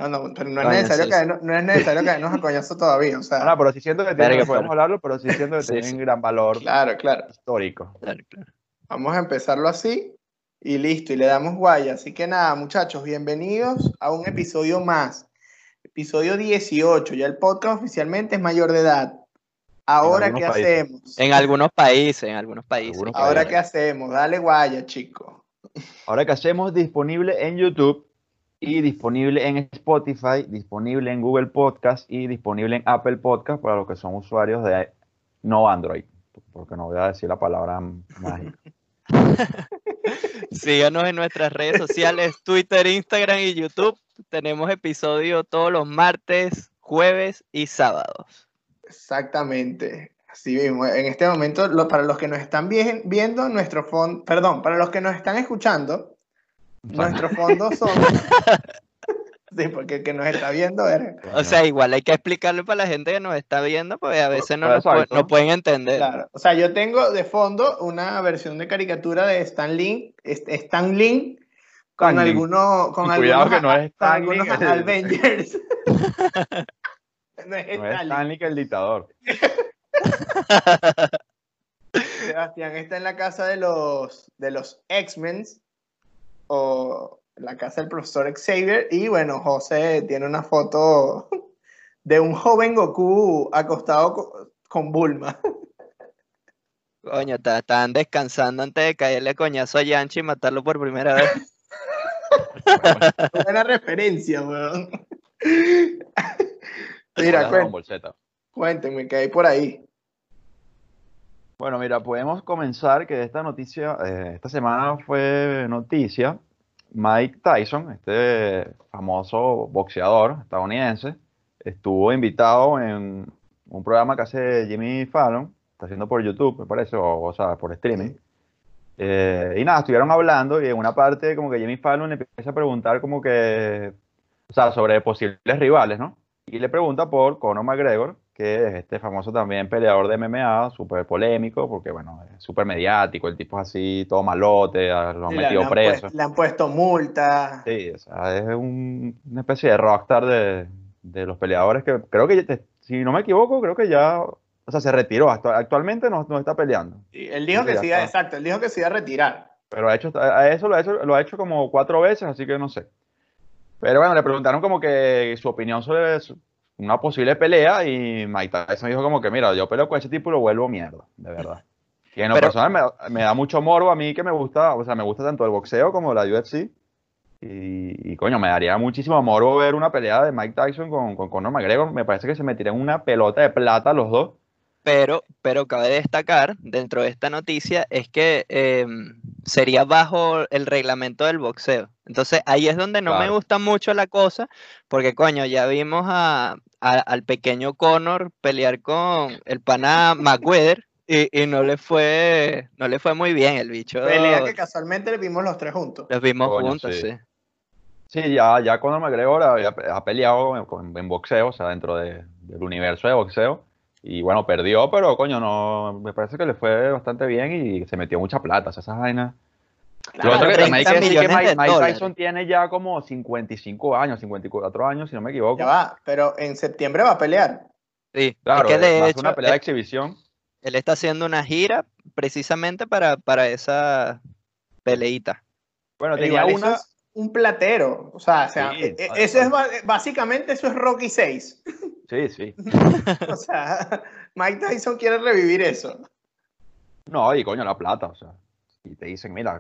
No, pero no es Coño, necesario sí, que no es necesario caernos a coñazo todavía, o sea. No, pero sí siento que Verga, podemos pero- hablarlo, pero sí siento que sí, tienen sí, gran valor Claro, claro. histórico. claro, claro. Vamos a empezarlo así y listo, y le damos guaya. Así que nada, muchachos, bienvenidos a un episodio más. Episodio 18. Ya el podcast oficialmente es mayor de edad. Ahora, algunos ¿qué países. hacemos? En algunos países, en algunos países. Algunos hay que Ahora, países. ¿qué hacemos? Dale guaya, chico. Ahora que hacemos disponible en YouTube y disponible en Spotify, disponible en Google Podcast y disponible en Apple Podcast para los que son usuarios de no Android, porque no voy a decir la palabra mágica. Síganos en nuestras redes sociales, Twitter, Instagram y YouTube. Tenemos episodio todos los martes, jueves y sábados. Exactamente. Así mismo. En este momento, para los que nos están viendo, nuestro fondo, perdón, para los que nos están escuchando, nuestros fondos son. Sí, porque el que nos está viendo, O sea, igual hay que explicarlo para la gente que nos está viendo, porque a veces Exacto. no pueden entender. claro. O sea, yo tengo de fondo una versión de caricatura de Stan Lee con Stan Lee. algunos, Cuidado que no es con Stan Lee, algunos Avengers. No es no es Stan Lee. Stan Lee que el dictador. Sebastián está en la casa de los X-Men o la casa del profesor Xavier y bueno, José tiene una foto de un joven Goku acostado con Bulma. Coño, estaban descansando antes de caerle coñazo a Yanchi y matarlo por primera vez. Buena referencia, weón. Mira, Mira, bolseta. cuéntenme qué hay por ahí. Bueno, mira, podemos comenzar que esta noticia, esta semana fue noticia. Mike Tyson, este famoso boxeador estadounidense, estuvo invitado en un programa que hace Jimmy Fallon, está haciendo por YouTube, me parece, o sea, por streaming. Y nada, estuvieron hablando y en una parte como que Jimmy Fallon le empieza a preguntar como que, o sea, sobre posibles rivales, ¿no? Y le pregunta por Conor McGregor, que es este famoso también peleador de MMA, súper polémico, porque bueno, es súper mediático, el tipo es así, todo malote, lo han Sí, metido preso. le han puesto multa. Sí, o sea, es una especie de rockstar de los peleadores que creo que, si no me equivoco, creo que ya, o sea, se retiró. Actualmente no está peleando. Sí, él dijo Creo que ya sí, está. exacto, él dijo que se iba a retirar. Pero lo ha hecho como 4 veces, así que no sé. Pero bueno, le preguntaron como que su opinión sobre una posible pelea y Mike Tyson dijo como que, mira, yo peleo con ese tipo y lo vuelvo mierda, de verdad. Y en lo Pero- personal me da mucho morbo a mí que me gusta, o sea, me gusta tanto el boxeo como la UFC. Y coño, me daría muchísimo morbo ver una pelea de Mike Tyson con Conor McGregor. Me parece que se meterían una pelota de plata los dos. Pero cabe destacar dentro de esta noticia es que sería bajo el reglamento del boxeo. Entonces ahí es donde no me Claro. gusta mucho la cosa, porque coño, ya vimos al pequeño Conor pelear con el pana Mayweather y no le fue muy bien el bicho. Pelea que casualmente le vimos los tres juntos. Los vimos Coño, juntos, sí. sí. Sí, ya Conor McGregor ha peleado en boxeo, o sea, dentro del universo de boxeo. Y bueno, perdió, pero coño, no, me parece que le fue bastante bien y se metió mucha plata, o sea, esas vainas. Lo Claro, otro que también hay 30 que decir que millones de Mike dólares. Tyson tiene ya como 55 años, 54 años, si no me equivoco. ya va, pero en septiembre va a pelear. Sí, Claro, es que va de a ser hecho una pelea de exhibición. él está haciendo una gira precisamente para esa peleita. Bueno, Pero tenía igual eso una. es un platero. O sea, Sí, eso es básicamente eso es Rocky 6. sí, sí. O sea, Mike Tyson quiere revivir eso. No, y coño, la plata, o sea. Y te dicen, mira,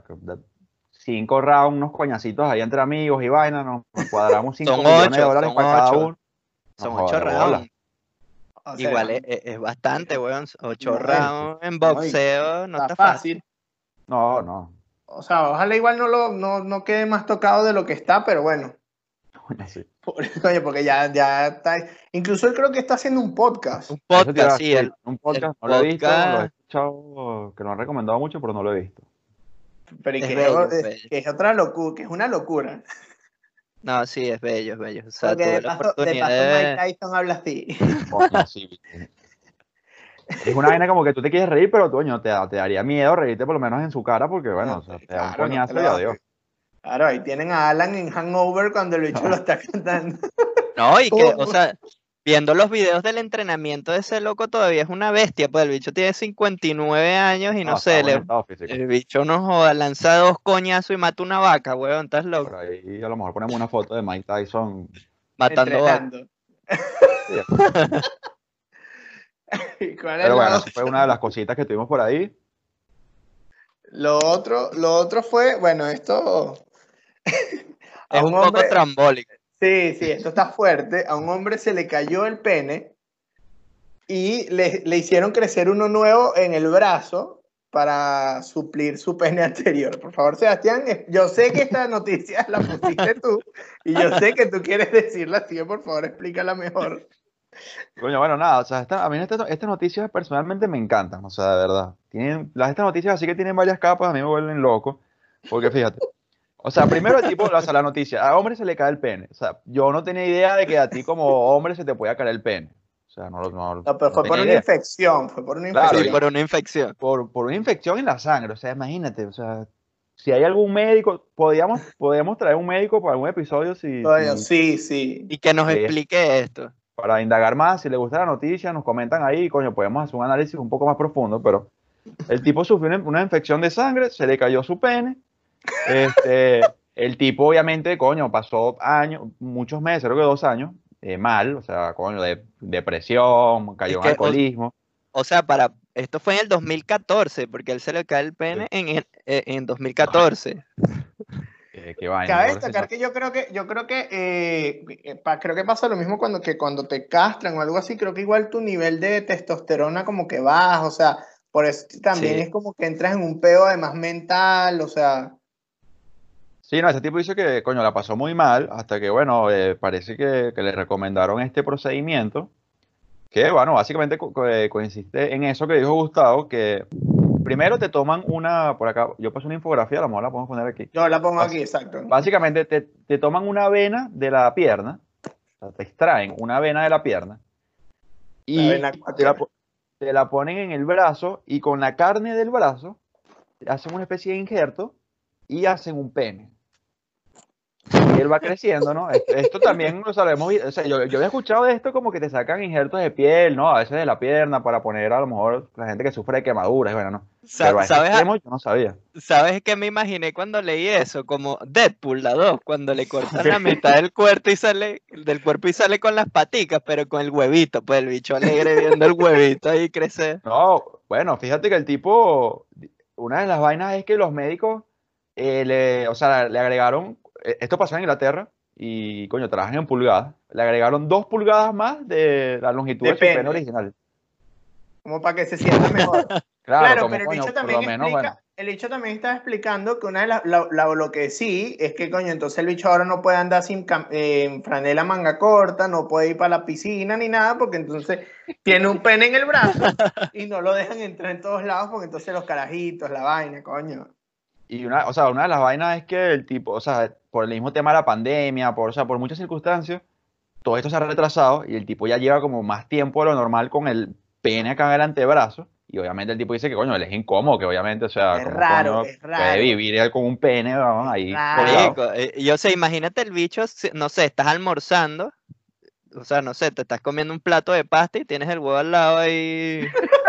5 rounds, unos coñacitos ahí entre amigos y vaina, nos cuadramos 5 Son millones de ocho, dólares son para cada 8. uno. No Son 8 joder, bola. rounds. O sea, Igual es bastante, weón. 8 no, rounds en no, boxeo no está está fácil. No. O sea, ojalá igual no quede más tocado de lo que está, pero bueno. Coño, sí. Coño, porque ya está. Incluso él creo que está haciendo un podcast. Un Eso te iba a podcast, sí. decir, un podcast, no lo he visto, lo he escuchado, que lo han recomendado mucho, pero no lo he visto. Pero y Es que, bello, que es otra locura, que es una locura. No, sí, es bello, es bello. O sea, Porque tuve de la paso oportunidad Mike de... Tyson habla así. Coño, sí. Es una vaina como que tú te quieres reír, pero coño, te daría miedo reírte por lo menos en su cara, porque bueno, o sea, te da un Claro, no te coñazo lo y vas. adiós. Claro, ahí tienen a Alan en Hangover cuando el bicho lo está cantando. No, y que, o ¿Cómo? sea, viendo los videos del entrenamiento de ese loco todavía es una bestia, pues el bicho tiene 59 años y no No, está sé, en buen estado físico. el bicho no joda, lanza 2 coñazos y mata una vaca, weón, estás Por loco, ahí a lo mejor ponemos una foto de Mike Tyson. matando vacas. Entrenando. Sí. ¿Y cuál es Pero bueno, la eso fue otra? una de las cositas que tuvimos por ahí. Lo otro fue, bueno, esto a Es un un poco hombre, trambólico. sí, esto está fuerte, a un hombre se le cayó el pene y le hicieron crecer uno nuevo en el brazo para suplir su pene anterior. Por favor, Sebastián, yo sé que esta noticia la pusiste tú y yo sé que tú quieres decirla, así que por favor explícala mejor. Coño, bueno, nada, o sea, a mí estas noticias personalmente me encantan, o sea, de verdad. Estas noticias así que tienen varias capas, a mí me vuelven loco, porque fíjate, o sea, primero el tipo, o sea, la noticia, a hombre se le cae el pene, o sea, yo no tenía idea de que a ti como hombre se te podía caer el pene, o sea, No, pero no fue por tenía una idea. infección, fue por una Claro, Sí, y por infección. una infección. por una infección en la sangre, o sea, imagínate, o sea, si hay algún médico, podíamos traer un médico para algún episodio Coño, sí, sí. Y que nos si es explique esto. para indagar más, si les gusta la noticia, nos comentan ahí, coño, podemos hacer un análisis un poco más profundo, pero el tipo sufrió una infección de sangre, se le cayó su pene, el tipo obviamente, coño, pasó años, muchos meses, creo que 2 años, mal, o sea, coño, de depresión, Es cayó en que, alcoholismo. o sea, esto fue en el 2014, porque a él se le cae el Sí. pene en 2014. Qué vaina, Cabe qué bola destacar que creo que pasa lo mismo cuando te castran o algo así, creo que igual tu nivel de testosterona como que baja, o sea, por eso también Sí. es como que entras en un peo además mental, o sea, Sí, no, ese tipo dice que, coño, la pasó muy mal, hasta que, bueno, parece que le recomendaron este procedimiento, que, bueno, básicamente consiste en eso que dijo Gustavo, que primero te toman por acá, yo paso una infografía, a lo mejor la podemos poner aquí. yo la pongo aquí, Bas- exacto. Básicamente te toman una vena de la pierna, o sea, te extraen una vena de la pierna La y vena te la, cuáquera. po- te la ponen en el brazo y con la carne del brazo te hacen una especie de injerto y hacen un pene. Y él va creciendo, ¿no? Esto también lo sabemos, o sea, yo había escuchado de esto como que te sacan injertos de piel, ¿no? A veces de la pierna para poner a lo mejor la gente que sufre de quemaduras, y bueno, no. Pero a ese ¿Sabes, extremo yo no sabía. sabes qué me imaginé cuando leí eso? Como Deadpool, la 2, cuando le cortan la mitad del cuerpo y sale con las paticas, pero con el huevito, pues el bicho alegre viendo el huevito ahí crecer. No, bueno, fíjate que el tipo, una de las vainas es que los médicos, o sea, le agregaron, esto pasó en Inglaterra y, coño, trabajan en pulgadas, le agregaron 2 pulgadas más de la longitud de su pene Depende, original. como para que se sienta mejor. Claro, Claro, como, pero coño, por lo menos, bueno, el bicho también estaba explicando que una de lo que sí es que, coño, entonces el bicho ahora no puede andar en franela manga corta, no puede ir para la piscina ni nada, porque entonces tiene un pene en el brazo y no lo dejan entrar en todos lados, porque entonces los carajitos, la vaina, coño. y o sea, una de las vainas es que el tipo, o sea, por el mismo tema de la pandemia, o sea, por muchas circunstancias, todo esto se ha retrasado y el tipo ya lleva como más tiempo de lo normal con el pene acá en el antebrazo. Y obviamente el tipo dice que, coño, él es incómodo, que obviamente, o sea, como coño Es puede raro, vivir él con un pene, vamos, es ahí raro. colgado. Marico, yo sé, imagínate el bicho, no sé, estás almorzando, o sea, no sé, te estás comiendo un plato de pasta y tienes el huevo al lado ahí.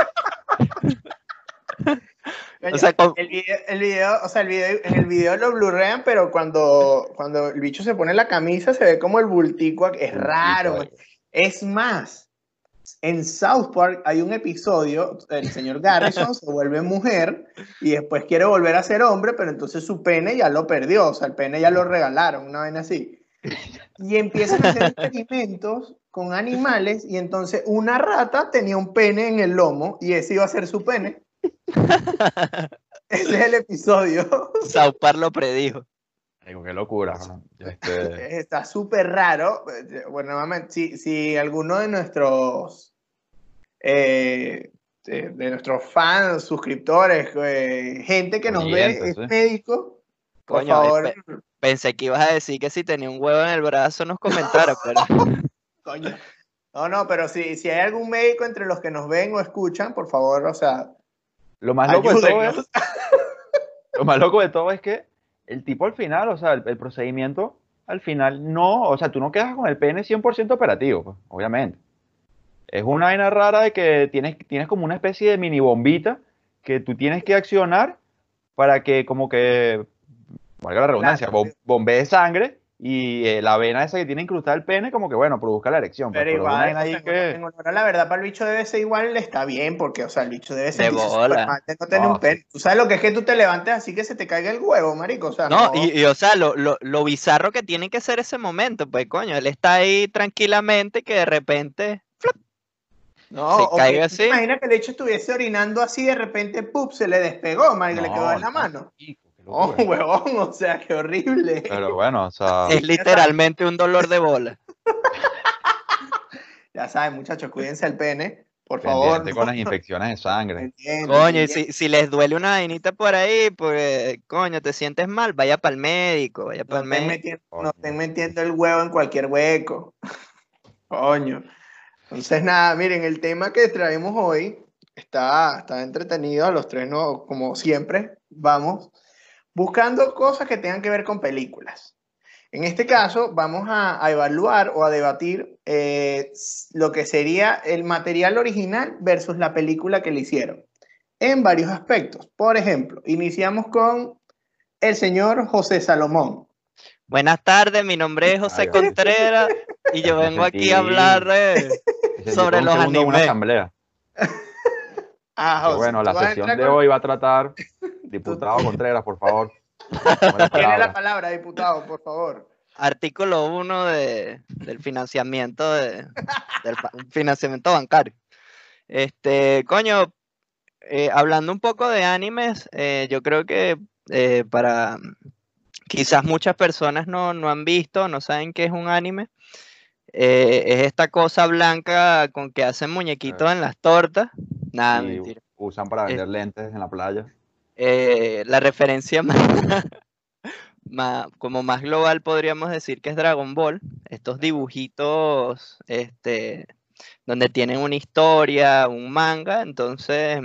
O Coño, sea, o sea, en el video lo blurrean, pero cuando el bicho se pone la camisa se ve como el bultico, es Bultico raro, ahí. man. Es más, en South Park hay un episodio, el señor Garrison se vuelve mujer y después quiere volver a ser hombre, pero entonces su pene ya lo perdió, o sea, el pene ya lo regalaron, una vez así. Y empiezan a hacer experimentos con animales y entonces una rata tenía un pene en el lomo y ese iba a ser su pene. Ese es el episodio. South Park lo predijo. Digo, qué locura, ¿no? Está súper raro. Bueno, nuevamente, si alguno de nuestros fans, suscriptores, gente que nos ve Oyentes, es ¿sí? médico, por Coño, favor, pensé que ibas a decir que si tenía un huevo en el brazo nos comentara, pero coño. No, pero si hay algún médico entre los que nos ven o escuchan, por favor, o sea, Lo más loco de todo es, ayúdennos. lo más loco de todo es que el tipo al final, o sea, el procedimiento al final no, o sea, tú no quedas con el pene 100% operativo, pues, obviamente. Es una vaina rara de que tienes como una especie de mini bombita que tú tienes que accionar para que como que, valga la redundancia, Claro, bombee sangre y la vena esa que tiene incrustada el pene como que, bueno, produzca la erección, pues, pero pero es una igual, vaina o sea, ahí que... en honor a la verdad, para el bicho debe ser igual, está bien, porque, o sea, el bicho debe De sentirse súper bola. mal de no tener un No, sí. pene. ¿Tú sabes lo que es que tú te levantes así que se te caiga el huevo, marico? O sea, No, no. o sea, lo bizarro que tiene que ser ese momento, pues coño, él está ahí tranquilamente que de repente No, se o que caiga tú te así. imaginas que el hecho estuviese orinando así, de repente, ¡pup! Se le despegó, marico, le quedó No, en la no, mano. chico, qué Oh, locura. huevón, o sea, qué horrible. Pero bueno, o sea, Es literalmente un dolor de bola. Ya saben, muchachos, cuídense el pene, por favor, pendiente con no, las infecciones de sangre. entiende, Coño, y pendiente. si les duele una vainita por ahí, pues, coño, te sientes mal, vaya para el médico, vaya para No el estén médico. metiendo, no estén Coño. metiendo el huevo en cualquier hueco. Coño. Entonces, nada, miren, el tema que traemos hoy está entretenido. A los tres, no, como siempre, vamos buscando cosas que tengan que ver con películas. En este caso, vamos a evaluar o a debatir lo que sería el material original versus la película que le hicieron en varios aspectos. Por ejemplo, iniciamos con el señor José Salomón. Buenas tardes, mi nombre es José Verga, Contreras y yo me vengo aquí a sentí, hablar me sentí por sobre un los segundo en una animes. asamblea. Ah, Que José, bueno, tú la vas a sesión entrar de con... hoy va a tratar, tú- diputado Contreras, por favor, tome la Tiene la palabra. palabra, diputado, por favor. Artículo 1 del financiamiento financiamiento bancario. Coño, hablando un poco de animes, yo creo que para quizás muchas personas no han visto, no saben qué es un anime. Es esta cosa blanca con que hacen muñequitos en las tortas. Nada, Y mentira. usan para Es- vender lentes en la playa. la referencia como más global podríamos decir que es Dragon Ball. Estos Claro. dibujitos, donde tienen una historia, un manga, entonces,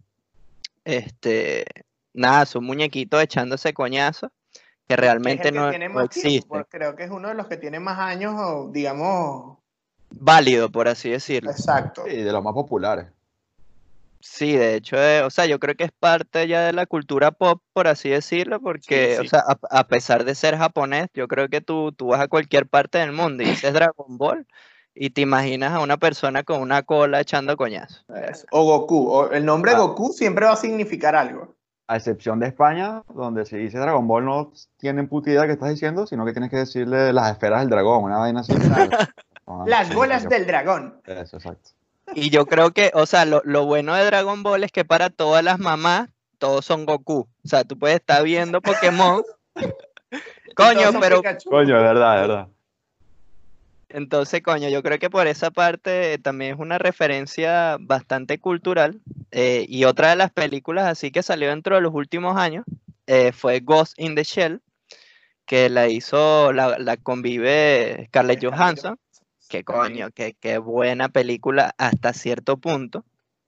este, nada, son muñequitos echándose coñazos que Que es realmente el que no, tiene no más tiempo, existen. porque creo que es uno de los que tiene más años, o, digamos, Válido, por así decirlo. Sí, exacto. de los más populares. Sí, de hecho, o sea, yo creo que es parte ya de la cultura pop, por así decirlo, Sí, porque, o sí. sea, a pesar de ser japonés, yo creo que tú vas a cualquier parte del mundo y dices Dragon Ball y te imaginas a una persona con una cola echando coñazos. O Goku. O el nombre A, Goku siempre va a significar algo. a excepción de España, donde si dice Dragon Ball no tienen puta idea que estás diciendo, sino que tienes que decirle las esferas del dragón, una vaina así. Exacto. No, Las no sé bolas del dragón. Eso, exacto. Y yo creo que, o sea, lo bueno de Dragon Ball es que para todas las mamás, todos son Goku. O sea, tú puedes estar viendo Pokémon, Y todos coño, son pero Pikachu. Coño, es verdad, es verdad. entonces, coño, yo creo que por esa parte también es una referencia bastante cultural. Y otra de las películas así que salió dentro de los últimos años fue Ghost in the Shell, que la hizo, la convive Scarlett Scarlett Johansson, Johansson. que También. coño, que buena película hasta cierto punto.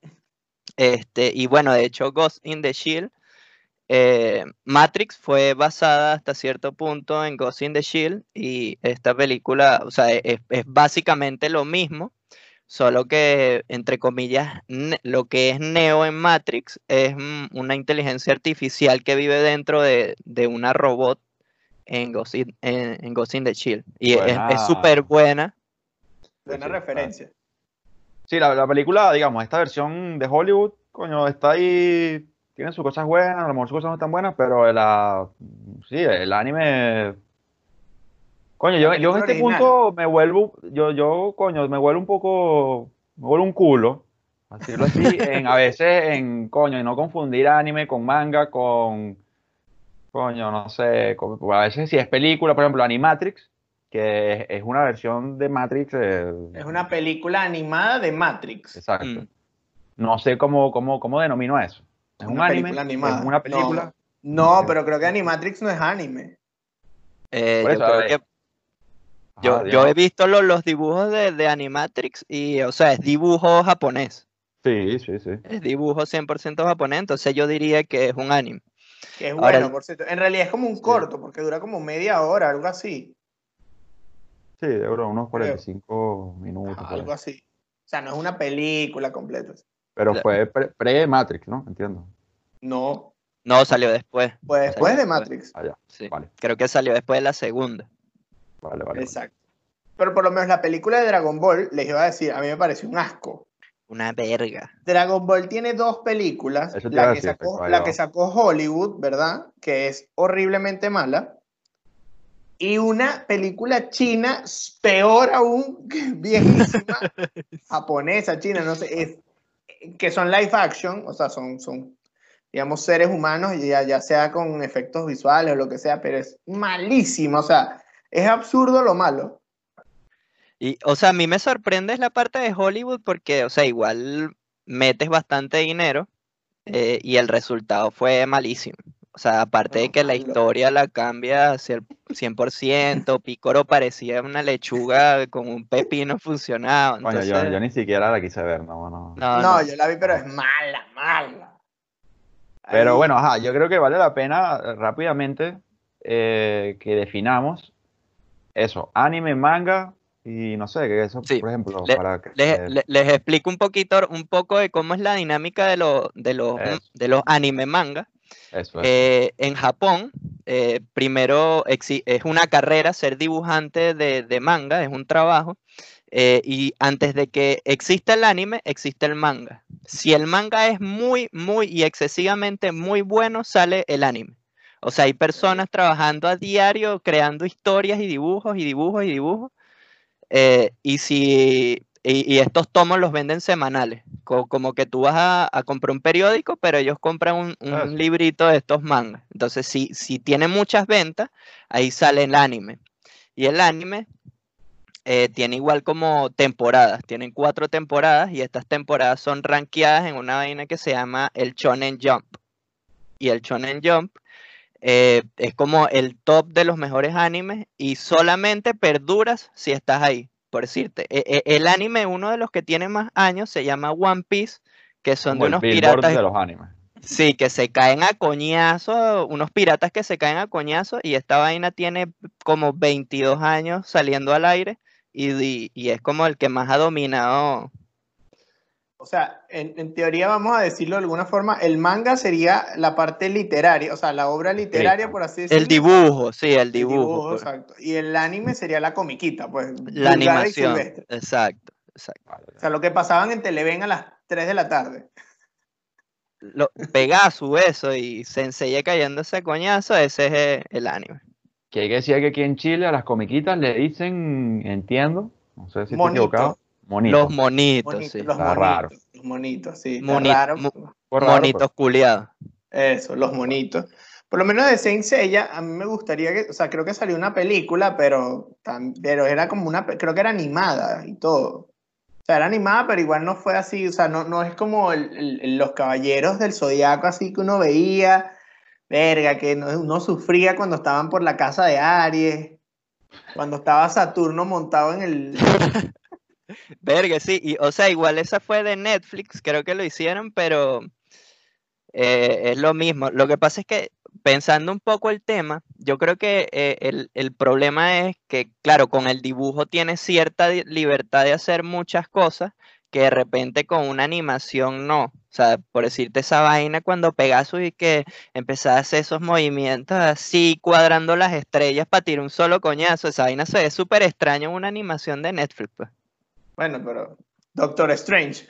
Y bueno, de hecho, Ghost in the Shell, Matrix fue basada hasta cierto punto en Ghost in the Shell y esta película, o sea, es básicamente lo mismo, solo que, entre comillas, lo que es Neo en Matrix es una inteligencia artificial que vive dentro de una robot en Ghost in the Shell. Y es súper Buena. buena. Sí, Buena sí, está. referencia. Sí, la película, digamos, esta versión de Hollywood, coño, está ahí, tiene sus cosas buenas, a lo mejor sus cosas no están buenas, pero sí, el anime, coño, La yo en película este original. punto me vuelvo, coño, me vuelvo un poco, me vuelvo un culo, así decirlo así, a veces coño, y no confundir anime con manga, coño, no sé, a veces si es película, por ejemplo, Animatrix, que es una versión de Matrix, Es una película animada de Matrix. Mm. exacto. No sé cómo denomino eso. ¿Es un Una película anime? ¿Es animada. una película? No, Es- pero creo que Animatrix no es anime. Por Yo eso, creo que ajá, yo he digamos, visto los dibujos de Animatrix y, o sea, es dibujo japonés. sí, sí, sí. Es dibujo 100% japonés, entonces yo diría que es un anime. Que es Ahora, bueno, por cierto. En realidad es como un Sí, corto, porque dura como media hora, algo así, sí, de unos creo. 45 minutos Ajá, por ahí. algo así. O sea, no es una película completa. Pero cla- fue pre-Matrix, ¿no? Entiendo. No, no, salió después. fue Salió después de después. Matrix. Allá. Sí. Vale, Creo que salió después de la segunda. vale. Exacto. Pero por lo menos la película de Dragon Ball, les iba a decir, a mí me pareció un asco. Una verga. Dragon Ball tiene dos películas, Eso te iba a decir, ahí la que va. sacó Hollywood, ¿verdad? Que es horriblemente mala. Y una película china, peor aún, que es viejísima, japonesa, china, no sé, que son live action, o sea, son digamos, seres humanos, ya sea con efectos visuales o lo que sea, pero es malísimo, o sea, es absurdo lo malo. Y, o sea, a mí me sorprende es la parte de Hollywood porque, o sea, igual metes bastante dinero y el resultado fue malísimo. O sea, aparte de No, que la malo. historia la cambia hacia el 100%, Picoro parecía una lechuga con un pepino funcionado, Coño, yo entonces, ni siquiera la quise ver, no. no, No, no. yo la vi, pero No. es mala, mala. Pero Ahí, bueno, ajá, yo creo que vale la pena rápidamente que definamos eso, anime, manga y no sé, que eso, Sí, por ejemplo, le- para que... les explico un poco de cómo es la dinámica eso, de los anime manga. eso. En Japón, primero es una carrera ser dibujante de manga, es un trabajo, y antes de que exista el anime, existe el manga. Si el manga es muy y excesivamente muy bueno, sale el anime. O sea, hay personas trabajando a diario creando historias y dibujos y dibujos y dibujos y estos tomos los venden semanales, como que tú vas a comprar un periódico, pero ellos compran un Eso. librito de estos mangas. Entonces, si tiene muchas ventas, ahí sale el anime. Y el anime tiene igual como temporadas, tienen 4 temporadas y estas temporadas son rankeadas en una vaina que se llama el Shonen Jump. Y el Shonen Jump es como el top de los mejores animes y solamente perduras si estás ahí. Por decirte, el anime, uno de los que tiene más años, se llama One Piece, que son Como de el unos Billboard piratas, de los animes. sí, que se caen a coñazos, unos piratas que se caen a coñazos y esta vaina tiene como 22 años saliendo al aire y es como el que más ha dominado. o sea, en teoría vamos a decirlo de alguna forma, el manga sería la parte literaria, o sea, la obra literaria, Escrita. por así El decirlo, dibujo, sí, el el dibujo, dibujo, pues. exacto. Y el anime sería la comiquita, pues, La vulgar y animación, silvestre. exacto, exacto. Vale, O sea, lo que pasaban en Televen a las 3 de la tarde. Pegasu, eso, y Sensei cayendo ese coñazo, ese es el anime. que hay que decir que aquí en Chile a las comiquitas le dicen, entiendo, no sé si estoy Monito, equivocado, Los monito. monitos, monito, sí. los Está raro. monitos, los monitos, sí, está Moni- raro. mo- Fue raro, Monitos pero culiados. Eso, los bueno. monitos. Por lo menos de Saint Seiya, a mí me gustaría que, o sea, creo que salió una película, pero era como creo que era animada y todo. O sea, era animada, pero igual no fue así, o sea, no es como los Caballeros del Zodiaco, así que uno veía, verga, que uno sufría cuando estaban por la casa de Aries, cuando estaba Saturno montado en el... Verga, sí. Y, o sea, igual esa fue de Netflix, creo que lo hicieron, pero es lo mismo. Lo que pasa es que pensando un poco el tema, yo creo que el problema es que, claro, con el dibujo tienes cierta libertad de hacer muchas cosas que de repente con una animación no. O sea, por decirte esa vaina cuando Pegasus y que empezaba a hacer esos movimientos así, cuadrando las estrellas para tirar un solo coñazo, esa vaina se ve súper extraño en una animación de Netflix, pues. Bueno, pero Doctor Strange.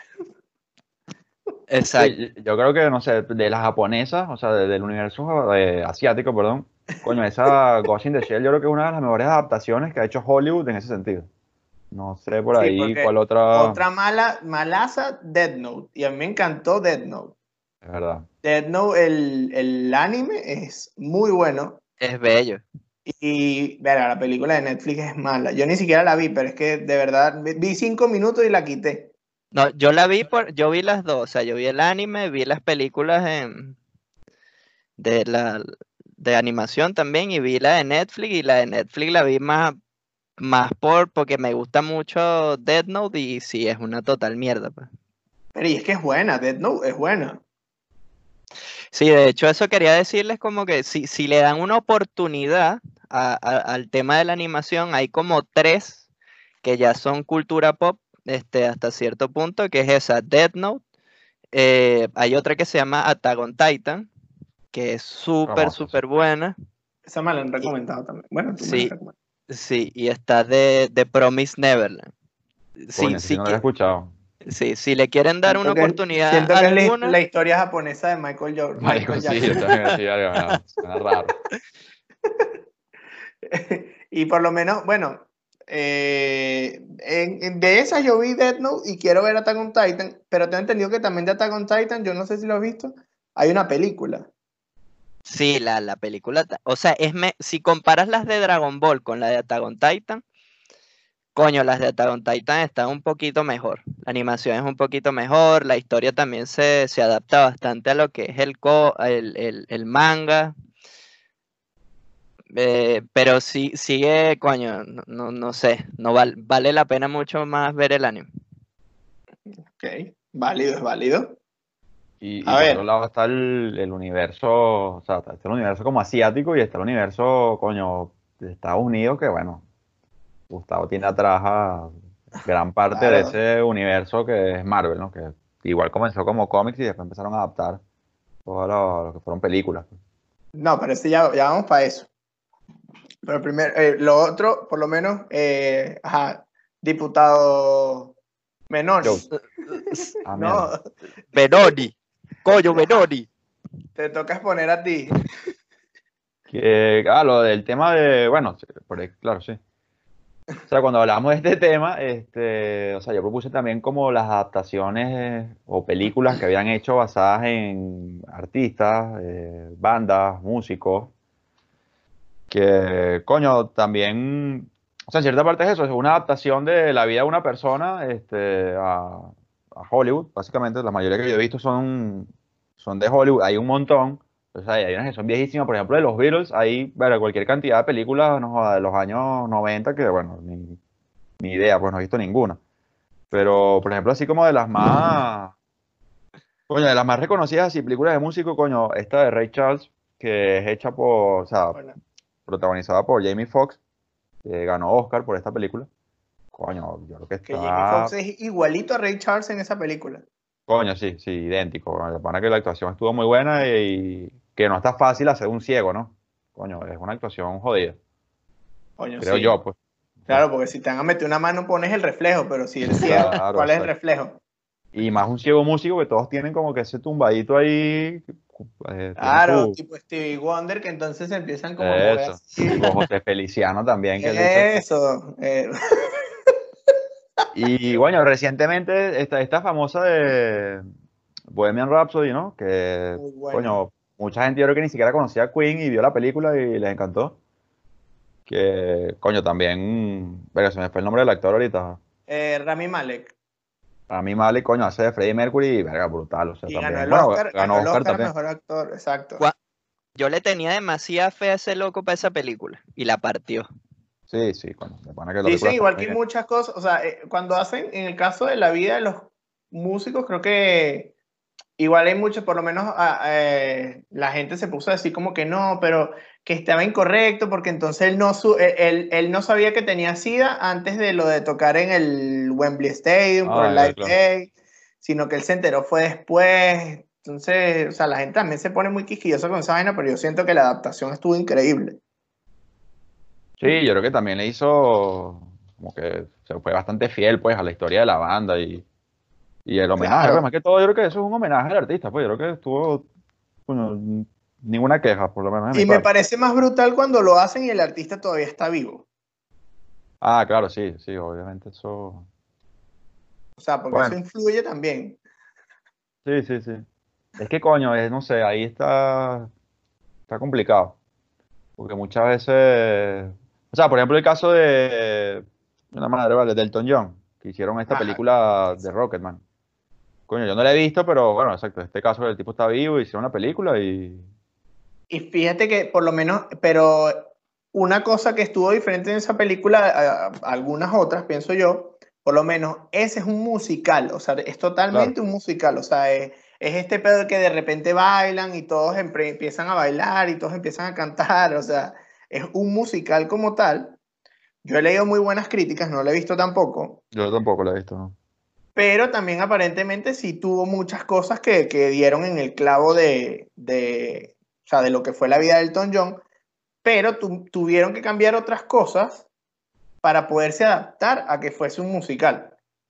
Exacto. Sí, yo creo que, no sé, de las japonesas, o sea, del universo asiático, perdón, coño, esa Ghost in the Shell yo creo que es una de las mejores adaptaciones que ha hecho Hollywood en ese sentido. No sé por Sí, ahí porque cuál otra, otra malaza, Death Note. Y a mí me encantó Death Note. es verdad. Death Note, el anime es muy bueno. Es bello. Y, verga, la película de Netflix es mala. Yo ni siquiera la vi, pero es que de verdad vi 5 minutos y la quité. No, yo vi las dos, o sea, yo vi el anime, vi las películas de la de animación también y vi la de Netflix y la de Netflix la vi más porque me gusta mucho Death Note y sí, es una total mierda, pues. Pero y es que es buena, Death Note es buena. Sí, de hecho eso quería decirles como que si le dan una oportunidad al tema de la animación, hay como tres que ya son cultura pop, hasta cierto punto, que es esa, Death Note. Hay otra que se llama Attack on Titan, que es súper, Famoso, sí. súper buena. Esa me la han Y, recomendado también. Bueno, tú me la sí, recomiendas. sí, y está de Promise Neverland. Coño, Sí, ese sí sí no lo había escuchado. sí, si le quieren dar una oportunidad a Siento que es la alguna, historia japonesa de Marico, Michael sí, yo Jackson. también decía algo, suena raro. Y por lo menos, bueno, de esas yo vi Death Note y quiero ver Attack on Titan, pero tengo entendido que también de Attack on Titan, yo no sé si lo has visto, hay una película. sí, la película, o sea, si comparas las de Dragon Ball con la de Attack on Titan, coño, las de Attack on Titan están un poquito mejor. La animación es un poquito mejor, la historia también se adapta bastante a lo que es el manga. Pero sí, sigue, coño, no sé, vale la pena mucho más ver el anime. Ok, válido, es válido. Y A por otro ver, lado está el universo, o sea, está el universo como asiático y está el universo, coño, de Estados Unidos, que bueno, Gustavo tiene atrás a gran parte de claro. ese universo que es Marvel, ¿no? Que igual comenzó como cómics y después empezaron a adaptar todo lo que fueron películas. No, pero sí, ya vamos para eso. Pero primero, lo otro, por lo menos, ajá, diputado Yo, Menoni. mierda. No, Benoni, coño, ajá, Benoni. te toca exponer a ti. Lo del tema de, bueno, sí, claro, sí. O sea, cuando hablamos de este tema, o sea, yo propuse también como las adaptaciones o películas que habían hecho basadas en artistas, bandas, músicos, que, coño, también, o sea, en cierta parte es eso, es una adaptación de la vida de una persona, a Hollywood, básicamente, la mayoría que yo he visto son de Hollywood, hay un montón, o sea, hay unas que son viejísimas, por ejemplo, de los Beatles, hay, bueno, cualquier cantidad de películas, no joda, de los años 90 que, bueno, ni idea, pues no he visto ninguna. Pero, por ejemplo, así como de las más, coño, de las más reconocidas, así, películas de músico, coño, esta de Ray Charles, que es hecha por, o sea, Bueno, protagonizada por Jamie Foxx, que ganó Oscar por esta película. Coño, yo creo que que Jamie Foxx está, es igualito a Ray Charles en esa película. coño, sí, sí, idéntico. De pana que la actuación estuvo muy buena y que no está fácil hacer un ciego, ¿no? Coño, es una actuación jodida, Coño, creo sí. yo, pues. No sé. Claro, porque si te van a meter una mano pones el reflejo, pero si eres ciego, Claro, ¿cuál es el exacto. reflejo? Y más un ciego músico que todos tienen como que ese tumbadito ahí, tiene Claro, su, tipo Stevie Wonder, que entonces se empiezan como a mover eso, así. tipo José Feliciano también, que le echa. Eso. Y bueno, recientemente esta famosa de Bohemian Rhapsody, ¿no? Que, Muy buena. coño, mucha gente yo creo que ni siquiera conocía a Queen y vio la película y les encantó. Que, coño, también, verga, se me fue el nombre del actor ahorita. Rami Malek. A mí Male, coño, hace de Freddie Mercury y, verga, brutal, o sea, Y también. Bueno, ganó ganó el Oscar Oscar a también. mejor actor, exacto. Yo le tenía demasiada fe a ese loco para esa película y la partió. Sí, sí, coño, de pana que la película Dicen está igual muy que hay bien. muchas cosas, o sea, cuando hacen, en el caso de la vida de los músicos, creo que igual hay muchos, por lo menos la gente se puso a decir como que no, pero que estaba incorrecto porque entonces él no sabía que tenía SIDA antes de lo de tocar en el Wembley Stadium por Ah, el ya, Live claro. Aid, sino que él se enteró fue después. Entonces, o sea, la gente también se pone muy quisquillosa con esa vaina, pero yo siento que la adaptación estuvo increíble. Sí, yo creo que también le hizo, como que se fue bastante fiel, pues, a la historia de la banda y el homenaje, pues, Claro. más que todo, yo creo que eso es un homenaje al artista, pues, yo creo que estuvo, bueno, ninguna queja, por lo menos de mi Y me parte. parece más brutal cuando lo hacen y el artista todavía está vivo. Ah, claro, sí, sí, obviamente eso. O sea, porque eso Bueno, influye también. sí, sí, sí. Es que coño, no sé, ahí está complicado. Porque muchas veces. O sea, por ejemplo, el caso de una madre, ¿vale? De Elton John, que hicieron esta Ajá. película de Rocketman. Coño, yo no la he visto, pero bueno, exacto. En este caso, el tipo está vivo, hicieron una película y. Y fíjate que por lo menos, pero una cosa que estuvo diferente en esa película a algunas otras, pienso yo, por lo menos ese es un musical, o sea, es Claro. totalmente un musical, o sea, es este pedo que de repente bailan y todos empiezan a bailar y todos empiezan a cantar, o sea, es un musical como tal. Yo he leído muy buenas críticas, no lo he visto tampoco, Yo tampoco la he visto, ¿no? pero también aparentemente sí tuvo muchas cosas que dieron en el clavo o sea, de lo que fue la vida de Elton John, pero tuvieron que cambiar otras cosas para poderse adaptar a que fuese un musical.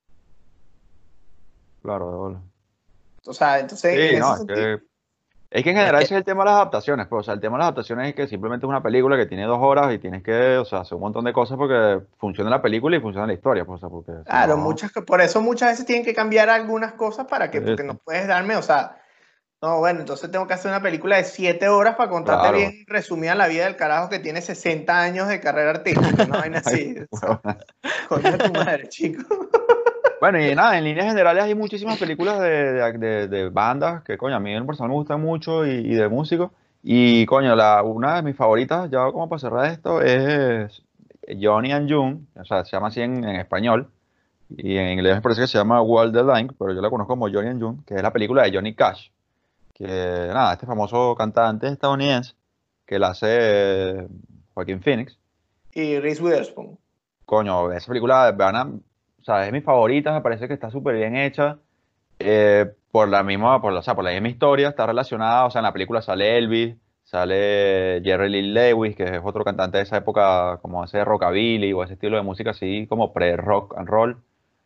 Claro, de bola. O sea, entonces en Sí, ese no, sentido, es que en Es general que ese es el tema de las adaptaciones, pues, o sea, el tema de las adaptaciones es que simplemente es una película que tiene 2 horas y tienes que, o sea, hacer un montón de cosas porque funciona la película y funciona la historia, pues, o sea, porque si claro, no, por eso muchas veces tienen que cambiar algunas cosas para que, porque sí, no puedes darme, o sea, no, bueno, entonces tengo que hacer una película de 7 horas para contarte claro. bien resumida la vida del carajo que tiene 60 años de carrera artística, una vaina así. O sea, coño de tu madre, chico. Bueno, y nada, en líneas generales hay muchísimas películas de bandas que, coño, a mí en lo personal me gustan mucho y de músicos. Y, coño, una de mis favoritas, ya como para cerrar esto, es Johnny and June, o sea, se llama así en español. Y en inglés me parece que se llama Walk the Line, pero yo la conozco como Johnny and June, que es la película de Johnny Cash. Que, nada, este famoso cantante estadounidense que la hace Joaquín Phoenix. Y Reese Witherspoon. Coño, esa película, o sea, es mi favorita, me parece que está súper bien hecha. Por la misma, o sea, por la misma historia, está relacionada, o sea, en la película sale Elvis, sale Jerry Lee Lewis, que es otro cantante de esa época, como ese rockabilly o ese estilo de música así, como pre-rock and roll.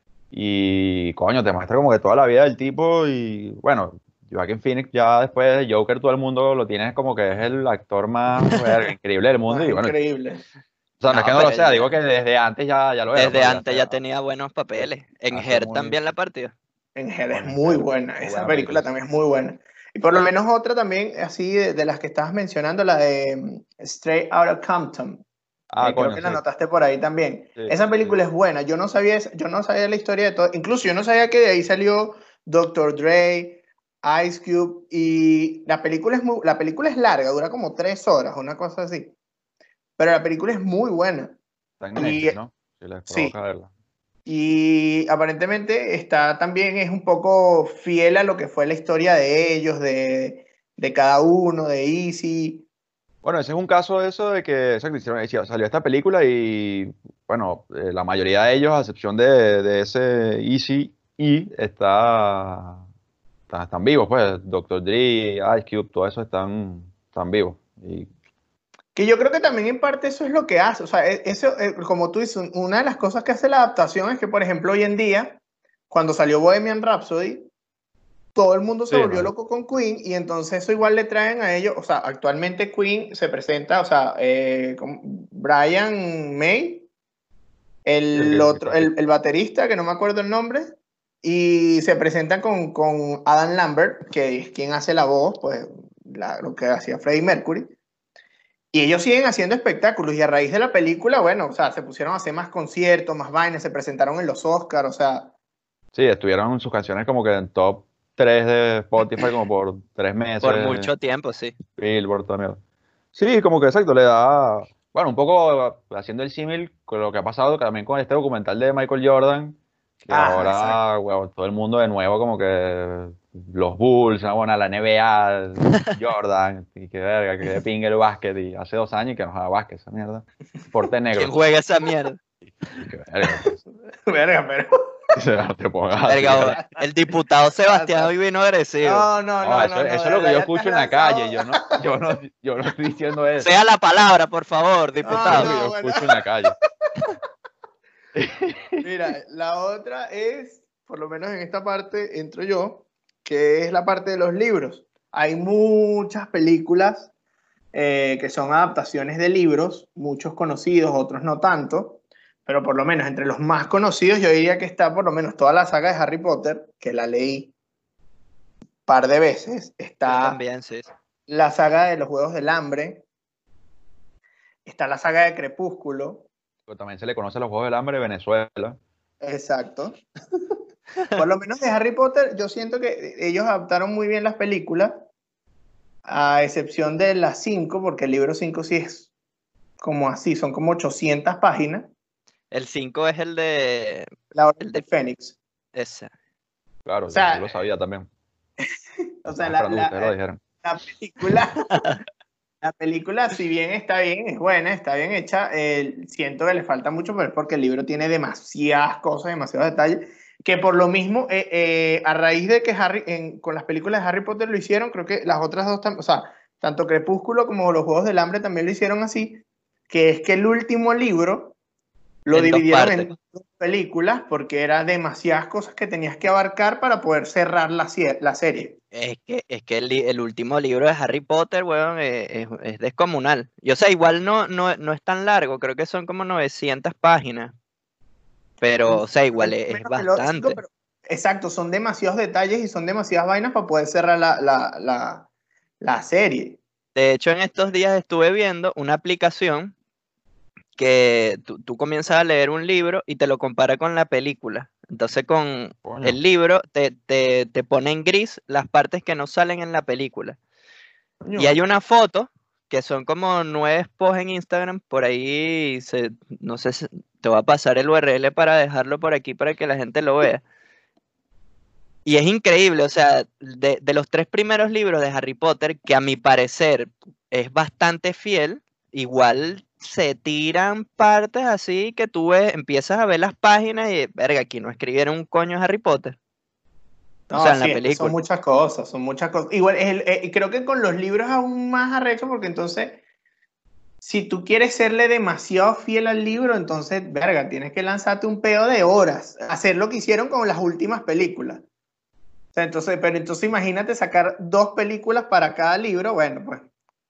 Y, coño, te muestra como que toda la vida del tipo y, bueno, Joaquin Phoenix ya después de Joker todo el mundo lo tiene como que es el actor más verga, increíble del mundo Más y, bueno, o increíble. sea, no es que no, no lo pero sea, digo que desde antes ya lo era, desde pues, antes ya tenía buenos papeles. En hace Her muy, también la partió. En Hell es coño, muy buena. muy Esa buena película. película también es muy buena. Y por lo menos otra también, así de las que estabas mencionando, la de Straight Outta Compton. Ah, Creo coño, que la sí, notaste por ahí también. sí, Esa sí. película es buena. Yo no sabía la historia de todo. Incluso yo no sabía que de ahí salió Dr. Dre, Ice Cube. Y la película es larga, dura como 3 horas, una cosa así. Pero la película es muy buena. Está en Y Netflix, ¿no? Si les provoca sí, verla. y aparentemente está también, es un poco fiel a lo que fue la historia de ellos, de cada uno, de Easy. Bueno, ese es un caso de eso de que exacto, salió esta película y, bueno, la mayoría de ellos, a excepción de ese Easy E, están vivos, pues. Dr. Dre, Ice Cube, todo eso están vivos. Y Que yo creo que también en parte eso es lo que hace. O sea, eso, como tú dices, una de las cosas que hace la adaptación es que, por ejemplo, hoy en día, cuando salió Bohemian Rhapsody, todo el mundo se sí, volvió loco con Queen y entonces eso igual le traen a ellos. O sea, actualmente Queen se presenta, o sea, con Brian May, sí, el otro, el baterista, que no me acuerdo el nombre, y se presentan con Adam Lambert, que es quien hace la voz, pues lo que hacía Freddie Mercury. Y ellos siguen haciendo espectáculos y a raíz de la película, bueno, o sea, se pusieron a hacer más conciertos, más vainas, se presentaron en los Oscars, o sea, sí, estuvieron sus canciones como que en top 3 de Spotify como por 3 Por meses, mucho tiempo, sí. Billboard, toda mierda. Sí, como que exacto, le da, bueno, un poco haciendo el símil con lo que ha pasado también con este documental de Michael Jordan, que ajá, exacto. ahora, bueno, todo el mundo de nuevo como que los Bulls, ah, bueno, la NBA, Jordan, y que verga, que de pingue el básquet, y hace 2 años que no jugaba básquet, esa mierda. Deporte ¿Quién negro. juega esa mierda? Y que verga, pues, Verga, pero. o sea, no te pongas así, Verga, ¿vale? el diputado Sebastián Pasa. hoy vino agresivo. No, no, No, no, eso, no, no, eso de es lo que verdad yo ya te has escucho en la calle, lanzado. yo no estoy diciendo eso, Sea la palabra, por favor, eso No, es lo diputado. que yo no, bueno. escucho en la calle. Mira, la otra es, por lo menos en esta parte entro yo, que es la parte de los libros. Hay muchas películas que son adaptaciones de libros, muchos conocidos, otros no tanto, pero por lo menos entre los más conocidos yo diría que está por lo menos toda la saga de Harry Potter, que la leí un par de veces, Yo está también, sí. la saga de los Juegos del Hambre, está la saga de Crepúsculo, Pero también se le conoce a los Juegos del Hambre de Venezuela. exacto. Por lo menos de Harry Potter, yo siento que ellos adaptaron muy bien las películas, a excepción de las 5, porque el libro 5 sí es como así, son como 800 páginas. El 5 es La Orden el del de Fénix. ese. O Claro, yo sea, lo sabía también. O sea, Pero ustedes lo dijeron. la película, la película, si bien está bien, es buena, está bien hecha, siento que le falta mucho, pero es porque el libro tiene demasiadas cosas, demasiados detalles, que por lo mismo, a raíz de que con las películas de Harry Potter lo hicieron, creo que las otras dos también, o sea, tanto Crepúsculo como los Juegos del Hambre también lo hicieron así, que es que el último libro lo En dos dividieron partes. en dos películas porque eran demasiadas cosas que tenías que abarcar para poder cerrar la serie. Es que el último libro de Harry Potter, weón, es descomunal. Y o sea, igual no es tan largo, creo que son como 900 páginas. Pero, o sea, igual es Menos de los cinco, bastante. pero exacto, son demasiados detalles y son demasiadas vainas para poder cerrar la serie. De hecho, en estos días estuve viendo una aplicación que tú comienzas a leer un libro y te lo compara con la película. Entonces, con Coño. el libro te pone en gris las partes que no salen en la película. Coño, Y hay una foto que son como 9 posts en Instagram, por ahí, no sé si te va a pasar el URL para dejarlo por aquí para que la gente lo vea. Y es increíble, o sea, de los 3 primeros libros de Harry Potter, que a mi parecer es bastante fiel, igual se tiran partes así que tú empiezas a ver las páginas y, verga, aquí no escribieron un coño de Harry Potter. O no, sea, en la sí, es que son película. muchas cosas, son muchas cosas. Igual, creo que con los libros aún más arrecho, porque entonces, si tú quieres serle demasiado fiel al libro, entonces, verga, tienes que lanzarte un peo de horas, hacer lo que hicieron con las últimas películas. O sea, entonces, pero entonces imagínate sacar 2 películas para cada libro, bueno, pues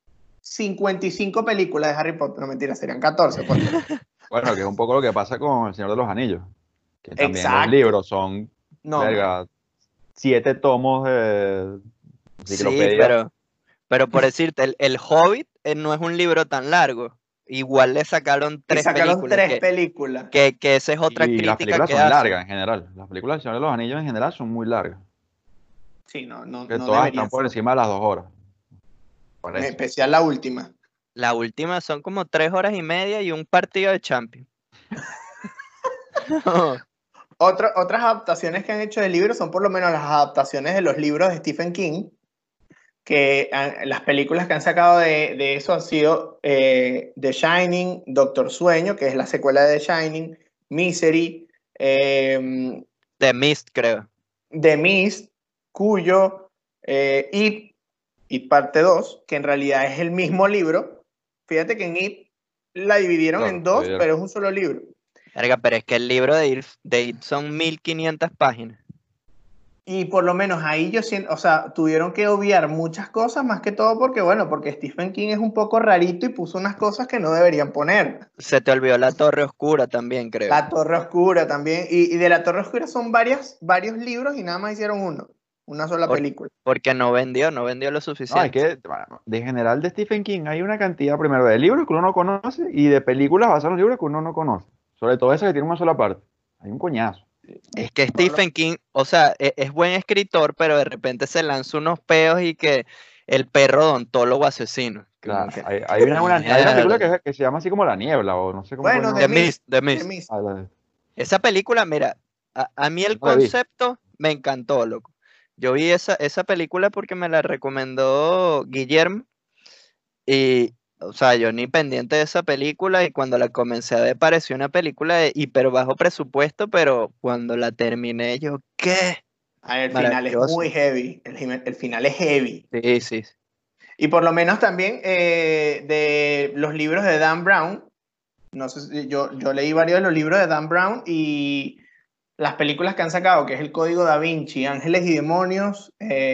55 películas de Harry Potter, no mentira, serían 14, pues, pero... Bueno, que es un poco lo que pasa con El Señor de los Anillos, que también los Exacto. libros son, No, hombre. verga, 7 tomos de Sí, enciclopedia. pero por decirte, el Hobbit no es un libro tan largo. Igual le sacaron Y tres sacaron películas, 3 películas. que esa es otra Y las crítica películas que son hacen. largas en general. Las películas del Señor de los Anillos en general son muy largas. Sí, no, no, Que no todas están deberían por ser. encima de las 2 horas. Por En eso. especial la última. La última son como 3 horas y media y un partido de Champions. Otras adaptaciones que han hecho de libros son por lo menos las adaptaciones de los libros de Stephen King, que las películas que han sacado de eso han sido The Shining, Doctor Sueño, que es la secuela de The Shining, Misery, The Mist, creo. The Mist, Cuyo, It parte 2, que en realidad es el mismo libro. Fíjate que en It la dividieron en Claro, dos, pero es un solo libro. Verga, pero es que el libro de It son 1500 páginas. Y por lo menos ahí yo siento, o sea, tuvieron que obviar muchas cosas, más que todo porque, bueno, porque Stephen King es un poco rarito y puso unas cosas que no deberían poner. Se te olvidó la Torre Oscura también, creo. La Torre Oscura también. Y de la Torre Oscura son varios libros y nada más hicieron una sola Por- película. Porque no vendió lo no, es suficiente. que bueno, de general de Stephen King hay una cantidad primero de libros que uno no conoce y de películas basadas en los libros que uno no conoce. Sobre todo esas que tienen una sola parte. Hay un coñazo. Es que Por lo- Stephen King, o sea, es buen escritor, pero de repente se lanza unos peos y que el perro odontólogo asesino. Como Claro, que, hay una película mierda. que se llama así como La Niebla o no sé cómo Bueno, coño. The The Mist, Mist, The The Mist. Mist. Esa película, mira, a mí el No la he visto. concepto me encantó, loco. Yo vi esa película porque me la recomendó Guillermo y, o sea, yo ni pendiente de esa película y cuando la comencé a ver pareció una película de hiper bajo presupuesto, pero cuando la terminé yo, ¿qué? El final es Maravilloso. muy heavy. El final es heavy. Sí, sí. Y por lo menos también de los libros de Dan Brown. No sé si yo leí varios de los libros de Dan Brown y las películas que han sacado, que es El Código Da Vinci, Ángeles y Demonios,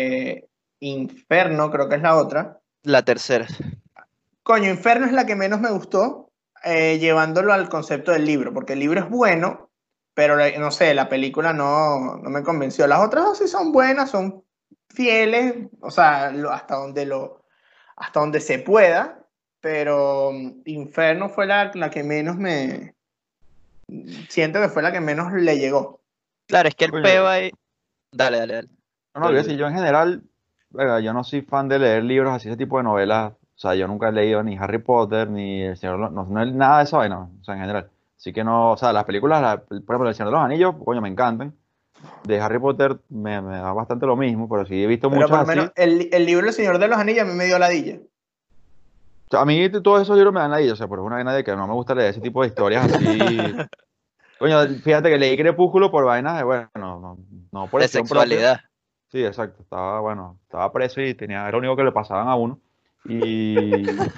Inferno, creo que es la otra. La tercera. Coño, Inferno es la que menos me gustó, llevándolo al concepto del libro, porque el libro es bueno, pero no sé, la película no me convenció. Las otras dos sí son buenas, son fieles, o sea, hasta donde se pueda, pero Inferno fue la que menos siento que fue la que menos le llegó. Claro, es que el Coño, peo ahí. Dale, dale, dale. no, no, yo en general, verga, yo no soy fan de leer libros así, ese tipo de novelas. O sea, yo nunca he leído ni Harry Potter, ni El Señor, no es nada de eso, no, o sea, en general. Así que no, o sea, las películas, por ejemplo, El Señor de los Anillos, coño, me encantan. de Harry Potter me da bastante lo mismo, pero sí he visto Pero por muchas lo así. menos el libro El Señor de los Anillos a mí me dio ladilla. O sea, a mí todos esos libros me dan ahí, o sea, pero es una vaina de que no me gusta leer ese tipo de historias así. Coño, fíjate que leí Crepúsculo por vainas de, bueno, no por De decisión propia. sexualidad. Sí, exacto. Estaba preso y era lo único que le pasaban a uno. Y,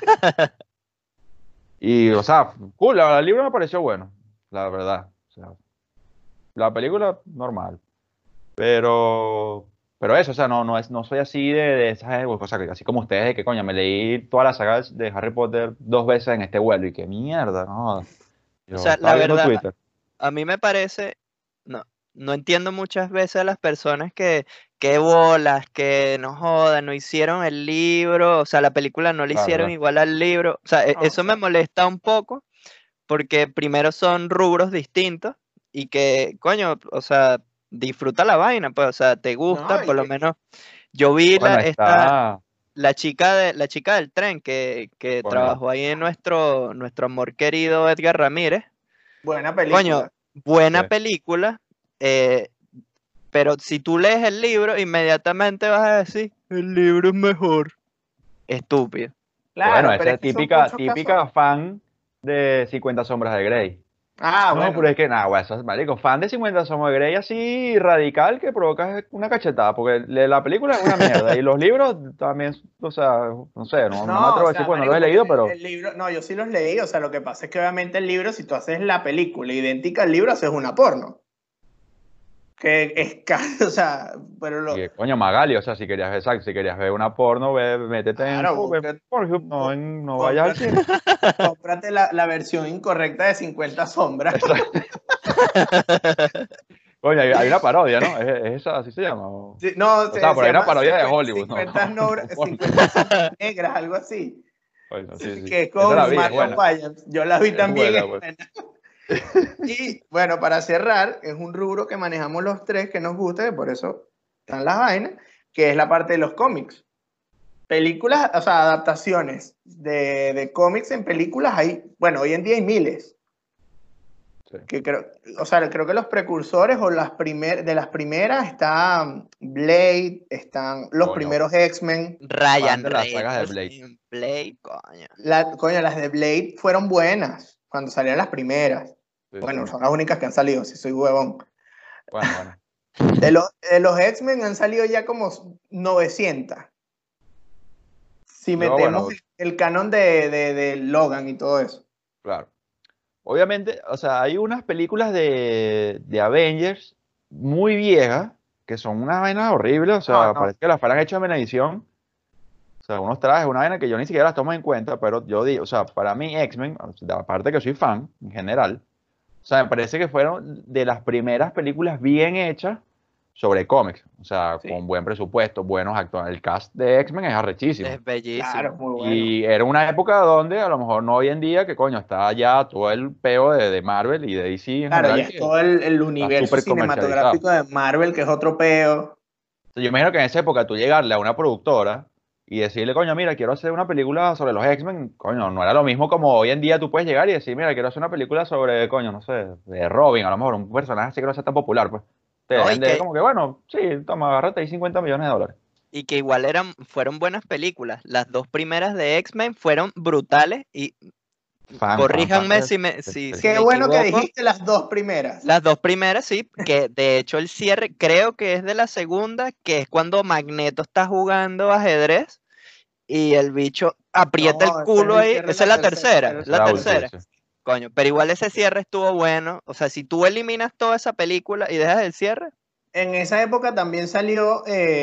o sea, cool, el libro me pareció bueno, la verdad. O sea, la película, normal. Pero, eso, o sea, no soy así de esas cosas, así como ustedes, de que, coño, me leí toda la saga de Harry Potter 2 veces en este vuelo y qué mierda, no. O Yo sea, estaba la viendo verdad, Twitter. a mí me parece, no, no entiendo muchas veces a las personas que bolas, que no jodan, no hicieron el libro, o sea, la película no le Claro, hicieron ¿verdad? igual al libro. O sea, No, o eso me sea, molesta un poco porque primero son rubros distintos y que, coño, o sea, disfruta la vaina, pues, o sea, te gusta, no, por lo menos yo vi Bueno, está. la chica del tren que Bueno, trabajó ahí en nuestro amor querido Edgar Ramírez. buena Coño, película. sí. buena película, eh, pero si tú lees el libro, inmediatamente vas a decir, el libro es mejor. Estúpido. Bueno, Claro, pero esa es es que son típica, muchos casos. típica fan de 50 sombras de Grey. Ah, No, pero bueno. es que nada, güey, eso es marico. Fan de 50 sombras de Grey así radical que provoca una cachetada, porque la película es una mierda y los libros también, o sea, no sé, no me No, o atrevo a decir, sea, bueno, no los marico, he porque leído, pero el libro, no, yo sí los leí, o sea, lo que pasa es que obviamente el libro, si tú haces la película idéntica al libro, haces una porno. Que es caro, o sea, pero y lo, coño, Magali, o sea, si querías ver una porno, métete en, claro, Pornhub, no vayas al cómprate, cine. cómprate la versión incorrecta de 50 sombras. Exacto. Coño, hay una parodia, ¿no? Es esa, así se llama. Sí, no, O sea, se pero hay una llama parodia de 50, Hollywood, no, 50, no porno. 50 sombras negras, algo así. Bueno, sí, sí. Que es Esa la con vi, es Marion buena. Wayans. Yo la vi Es también. buena, Es pues. buena. Y bueno, para cerrar, es un rubro que manejamos los tres que nos gusta, y por eso están las vainas, que es la parte de los cómics. Películas, o sea, adaptaciones de cómics en películas hay, bueno, hoy en día hay miles. Sí. Que creo, o sea, creo que los precursores o de las primeras está Blade, están los Coño, primeros X-Men. fan Ryan de las sagas de Reynolds Blade. en Play, coño. Coño, las de Blade fueron buenas cuando salieron las primeras. Sí, sí. Bueno, son las únicas que han salido, si soy huevón. Bueno. De los X-Men han salido ya como 900. Si Yo, metemos bueno, el canon de Logan y todo eso. claro. Obviamente, o sea, hay unas películas de Avengers muy viejas que son unas vainas horribles, o No, sea, no. parece que las fueran hechas en Venevisión. O sea, unos trajes, una vaina que yo ni siquiera las tomo en cuenta, pero yo digo, o sea, para mí X-Men, o sea, aparte que soy fan en general, o sea, me parece que fueron de las primeras películas bien hechas sobre cómics, o sea, Sí, con buen presupuesto, buenos actores. El cast de X-Men es arrechísimo. Es claro, bellísimo. muy bueno. Y era una época donde a lo mejor no hoy en día, que coño, está ya todo el peo de Marvel y de DC en Claro, ya general, es que todo el está universo súper comercializado. cinematográfico de Marvel, que es otro peo. O sea, yo imagino que en esa época tú llegarle a una productora y decirle, coño, mira, quiero hacer una película sobre los X-Men, coño, no era lo mismo como hoy en día tú puedes llegar y decir, mira, quiero hacer una película sobre, coño, no sé, de Robin, a lo mejor un personaje así que no sea tan popular, pues. Te No, deben de como que, bueno, sí, toma, agárrate ahí 50 millones de dólares. y que igual fueron buenas películas. Las dos primeras de X-Men fueron brutales y Fan corríjanme de... si Qué me bueno que equivoco. dijiste las dos primeras. Las dos primeras, sí, que de hecho el cierre creo que es de la segunda, que es cuando Magneto está jugando ajedrez y el bicho aprieta el No, ese es culo el ahí. cierre de Esa es la la tercera. tercera, Ese es es Esa la es la la tercera. última, tercera. sí. Coño, pero igual ese cierre estuvo bueno. O sea, si tú eliminas toda esa película y dejas el cierre, En esa época también salió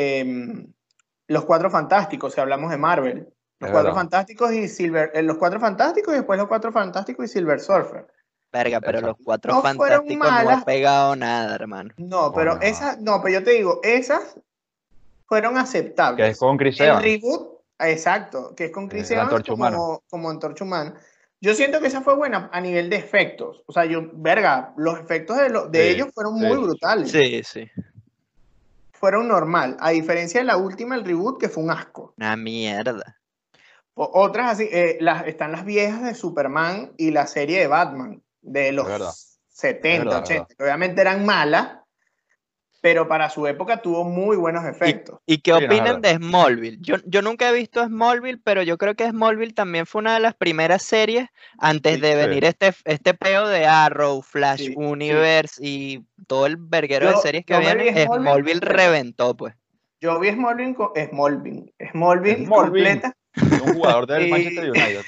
Los Cuatro Fantásticos, si hablamos de Marvel. Los Es Cuatro verdad. Fantásticos y Los Cuatro Fantásticos y después Los Cuatro Fantásticos y Silver Surfer. verga, pero los Exacto. Cuatro No fueron Fantásticos no ha malas, pegado nada, hermano. no, pero Coño, esas, no, pero yo te digo, esas fueron que es aceptables. con Chris El Evans, reboot, exacto, que es con Chris la Evans antorcha humana. como Antorcha Humana. Yo siento que esa fue buena a nivel de efectos. O sea, verga, los efectos de Sí, ellos fueron muy sí, sí. brutales. Sí, sí. Fueron normal, a diferencia de la última, el reboot, que fue un asco. Una mierda. Otras así, están las viejas de Superman y la serie de Batman de Es verdad, los es 70, verdad, es verdad. 80, que obviamente eran malas, pero para su época tuvo muy buenos efectos. ¿Y qué Sí, no, es opinan verdad. de Smallville? Yo nunca he visto Smallville, pero yo creo que Smallville también fue una de las primeras series antes Sí, de Sí. venir este peo de Arrow, Flash sí, sí. Universe y todo el verguero de Yo, series que yo me vienen. vi Smallville Smallville completa. reventó, pues. Yo vi Smallville Smallville, completa. de un jugador del Manchester Y, United.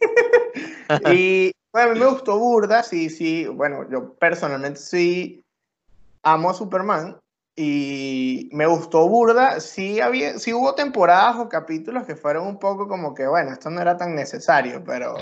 y bueno, a mí me gustó burda, sí, sí. Bueno, yo personalmente sí amo a Superman y me gustó burda. Sí hubo temporadas o capítulos que fueron un poco como que, bueno, esto no era tan necesario,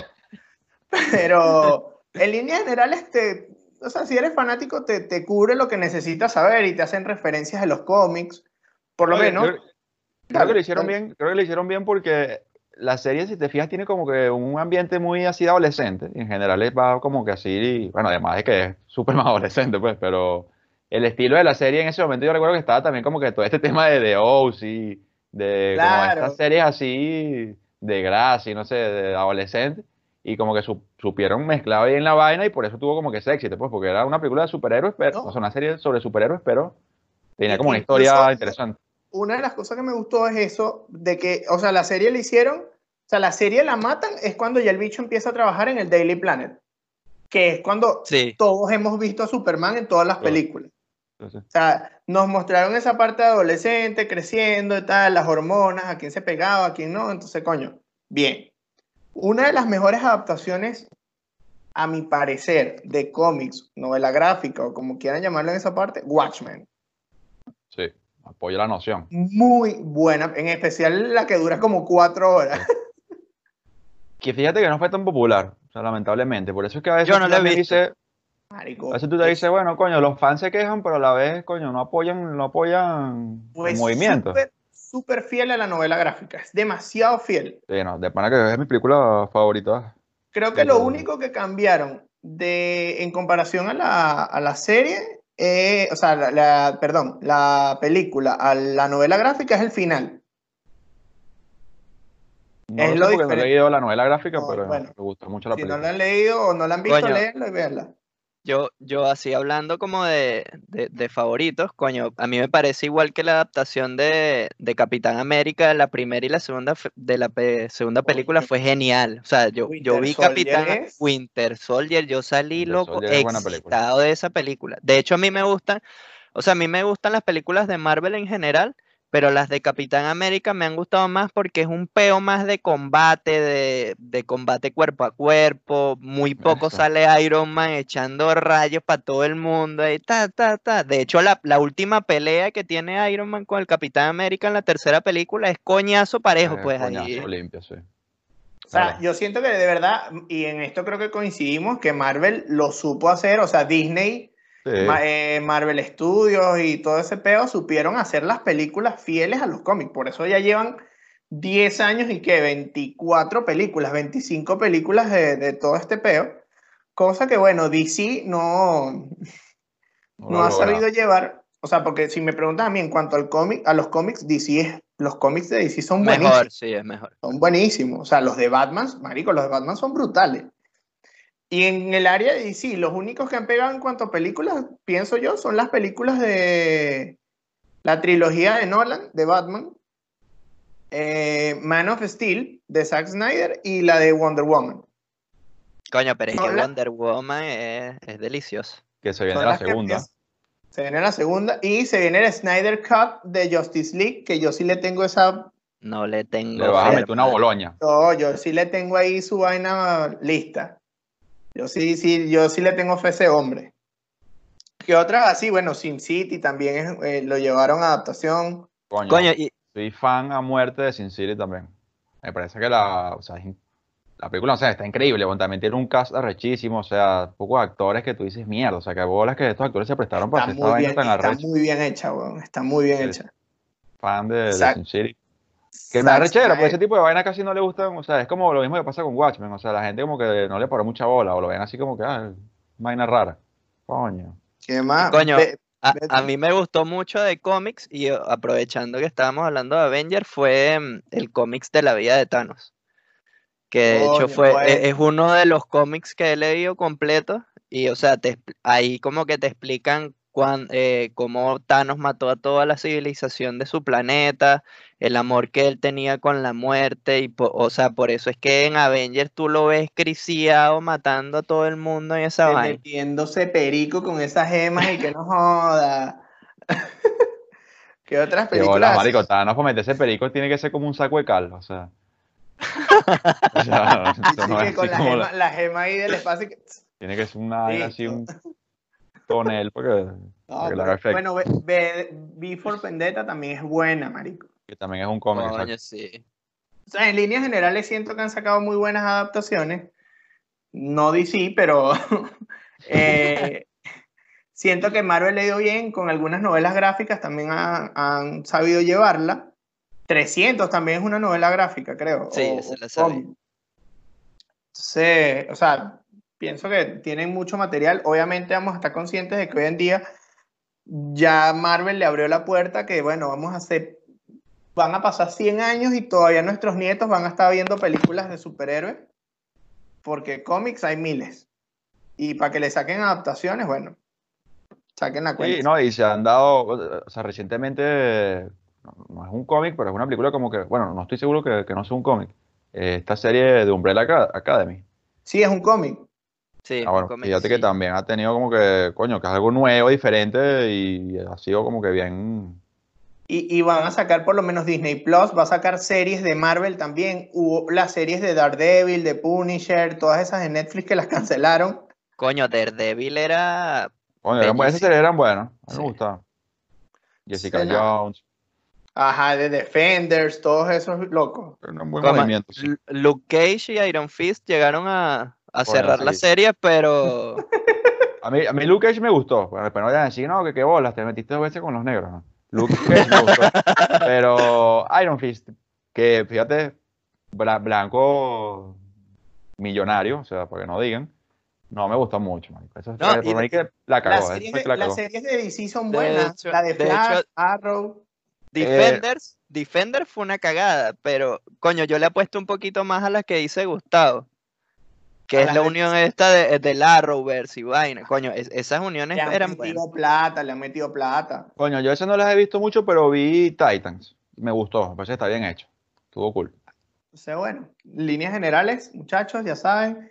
pero en líneas generales, o sea, si eres fanático, te cubre lo que necesitas saber y te hacen referencias de los cómics, por lo No, menos. creo que lo Dale, hicieron dale. bien, creo que lo hicieron bien porque la serie, si te fijas, tiene como que un ambiente muy así de adolescente. Y en general va como que así, bueno, además de que es súper más adolescente, pues, pero el estilo de la serie en ese momento yo recuerdo que estaba también como que todo este tema de OC, de como estas Claro. series así de Gracie, no sé, de adolescente, y como que supieron mezclar bien la vaina y por eso tuvo como que ese éxito, pues, porque era una película de superhéroes, pero, o sea, ¿No? una serie sobre superhéroes, pero tenía como una Incluso historia interesante. una de las cosas que me gustó es eso, de que, o sea, la serie la hicieron, o sea, la serie la matan es cuando ya el bicho empieza a trabajar en el Daily Planet, que es cuando Sí. todos hemos visto a Superman en todas las Claro. películas. Entonces, O sea, nos mostraron esa parte de adolescente, creciendo y tal, las hormonas, a quién se pegaba, a quién no, entonces, coño, bien. Una de las mejores adaptaciones, a mi parecer, de cómics, novela gráfica o como quieran llamarlo en esa parte, Watchmen. sí, apoyo la noción. Muy buena, en especial la que dura como 4 horas. Que fíjate que no fue tan popular, o sea, lamentablemente. Por eso es que a Yo veces no tú lo he también visto. dices, a Marico, veces tú te dices, bueno, coño, los fans se quejan, pero a la vez, coño, no apoyan el fue movimiento. súper fiel a la novela gráfica, es demasiado fiel. Sí, no, de pana que es mi película favorita Creo que lo de... único que cambiaron en comparación a la serie, o sea, perdón, la película a la novela gráfica es el final. No Es lo sé lo porque no he diferente. leído la novela gráfica, No, pero bueno, me gustó mucho la si no la película. han leído o no la han visto, Coño, léanlo y véanla. yo así hablando como de favoritos, coño, a mí me parece igual que la adaptación de Capitán América, la primera y la segunda segunda película Coño, fue genial. O sea, yo Winter vi Soldier Capitán es. Winter Soldier, yo salí The loco, Soldier es buena película. excitado de esa película. De hecho, a mí me gustan, o sea, a mí me gustan las películas de Marvel en general, pero las de Capitán América me han gustado más porque es un peo más de combate, de combate cuerpo a cuerpo. Muy poco Eso. sale Iron Man echando rayos para todo el mundo. Y ta, ta, ta. De hecho, la última pelea que tiene Iron Man con el Capitán América en la tercera película es coñazo parejo, pues Coñazo ahí. limpio, sí. O sea, Claro. yo siento que de verdad, y en esto creo que coincidimos, que Marvel lo supo hacer, o sea, Disney, Sí. Marvel Studios y todo ese peo supieron hacer las películas fieles a los cómics. Por eso ya llevan 10 años y que 24 películas, 25 películas de todo este peo. Cosa que, bueno, DC No lo no ha ha logrado. sabido llevar. O sea, porque si me preguntas a mí en cuanto al cómic, a los cómics, los cómics de DC son Mejor, buenísimos. sí, es mejor. Son buenísimos. O sea, los de Batman, marico, los de Batman son brutales. Y en el área de DC, los únicos que han pegado en cuanto a películas, pienso yo, son las películas de la trilogía de Nolan, de Batman, Man of Steel, de Zack Snyder, y la de Wonder Woman. Coño, pero es que Son, la- Wonder Woman es delicioso. Que se viene son la las que segunda. se viene la segunda, y se viene el Snyder Cut de Justice League, que yo sí le tengo esa. No le Le tengo vas a fe, meter una hermano. Boloña. No, yo sí le tengo ahí su vaina lista. Yo sí le tengo fe a ese hombre. ¿Qué otras así? Bueno, Sin City también lo llevaron a adaptación. Coño, Coño, soy fan a muerte de Sin City también. Me parece que o sea, la película, o sea, está increíble, bueno, también tiene un cast arrechísimo, o sea, pocos actores que tú dices mierda, o sea, que bolas que estos actores se prestaron para hacer esta vaina tan Está arrecha. muy bien hecha, weón. Está muy bien Sí, hecha. fan de Zack, Sin City. Que me da Zack rechera, porque ese Snyder. tipo de vaina casi no le gustan, o sea, es como lo mismo que pasa con Watchmen, o sea, la gente como que no le paró mucha bola, o lo ven así como que, vaina rara. Coño. ¿Qué Y más? coño, a Vete. mí me gustó mucho de cómics y aprovechando que estábamos hablando de Avengers, fue el cómics de la vida de Thanos, que de hecho Coño, es uno de los cómics que he leído completo y o sea, ahí como que te explican cómo Thanos mató a toda la civilización de su planeta, el amor que él tenía con la muerte, o sea, por eso es que en Avengers tú lo ves criciado matando a todo el mundo en esa vaina. Metiéndose perico con esas gemas y que no joda. ¿Qué otras Que bolas, películas? marico, Thanos para meterse perico tiene que ser como un saco de cal, o sea, eso Sí, no es que con así como la gema ahí del espacio. tiene que ser una vaina así, Listo. un tonel, para No, que le haga pero efecto. bueno, V for Vendetta también es buena, marico. Que también es un cómic, Coño, exacto. sí. O sea, en líneas generales siento que han sacado muy buenas adaptaciones. No DC, pero siento que Marvel le ha ido bien con algunas novelas gráficas, también han sabido llevarla. 300 también es una novela gráfica, creo, Sí, o esa la sabía. cómic. Entonces, o sea, pienso que tienen mucho material. Obviamente vamos a estar conscientes de que hoy en día ya Marvel le abrió la puerta que, bueno, van a pasar 100 años y todavía nuestros nietos van a estar viendo películas de superhéroes, porque cómics hay miles. Y para que le saquen adaptaciones, bueno, saquen la Sí, cuenta. no, y se han dado, o sea, recientemente, no es un cómic, pero es una película como que, bueno, no estoy seguro que no sea un cómic. Esta serie de Umbrella Academy. Sí, es un cómic. Sí, es Ah, un bueno, cómic, fíjate que sí. también ha tenido como que, coño, que es algo nuevo, diferente y ha sido como que bien. Y van a sacar por lo menos Disney Plus, va a sacar series de Marvel también. Hubo las series de Daredevil, de Punisher, todas esas de Netflix que las cancelaron. Coño, Daredevil era Coño, esas series bellísimo. eran buenas, a mí me Sí. gustaban. Jessica Sí, no. Jones, Ajá, de Defenders, todos esos locos. era un buen Como movimiento, sí. Luke Cage y Iron Fist llegaron a Coño, cerrar la sí. serie, pero A mí Luke Cage me gustó. Bueno, pero no vayan a decir, no, que qué bolas, te metiste 2 veces con los negros, ¿no? Luke Cage me gustó. Pero Iron Fist, que fíjate, blanco millonario, o sea, para que no digan, no me gustó mucho, marico. Eso no, por mí que la cagó, eso fue que la Las cagó. series de DC son de buenas. hecho, La de de hecho, Flash, Arrow. Eh, Defender fue una cagada, pero coño, yo le apuesto un poquito más a la que dice Gustavo, A que es las la de unión DC esta del Arrowverse y vaina. Coño, esas uniones le han eran buenas. metido plata, le han metido plata. coño, yo esas no las he visto mucho, pero vi Titans. Me gustó, me parece que está bien hecho. Estuvo cool. O sea, bueno, líneas generales, muchachos, ya saben.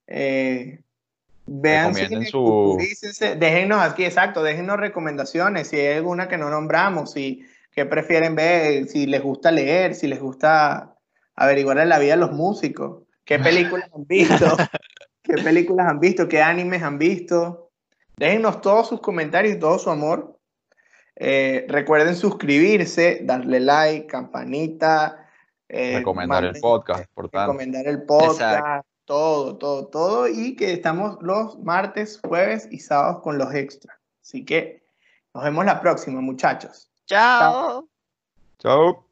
Vean Recomienden cine, su. culturícense, déjennos aquí, exacto, déjennos recomendaciones, si hay alguna que no nombramos, si qué prefieren ver, si les gusta leer, si les gusta averiguar en la vida de los músicos, qué películas han visto, qué películas han visto, qué animes han visto. Déjennos todos sus comentarios y todo su amor. Recuerden suscribirse, darle like, campanita, Recomendar el manden, podcast, importante. recomendar el Exacto. podcast, todo, todo, todo. Y que estamos los martes, jueves y sábados con los extras. Así que nos vemos la próxima, muchachos. Chao. Chao. Chao.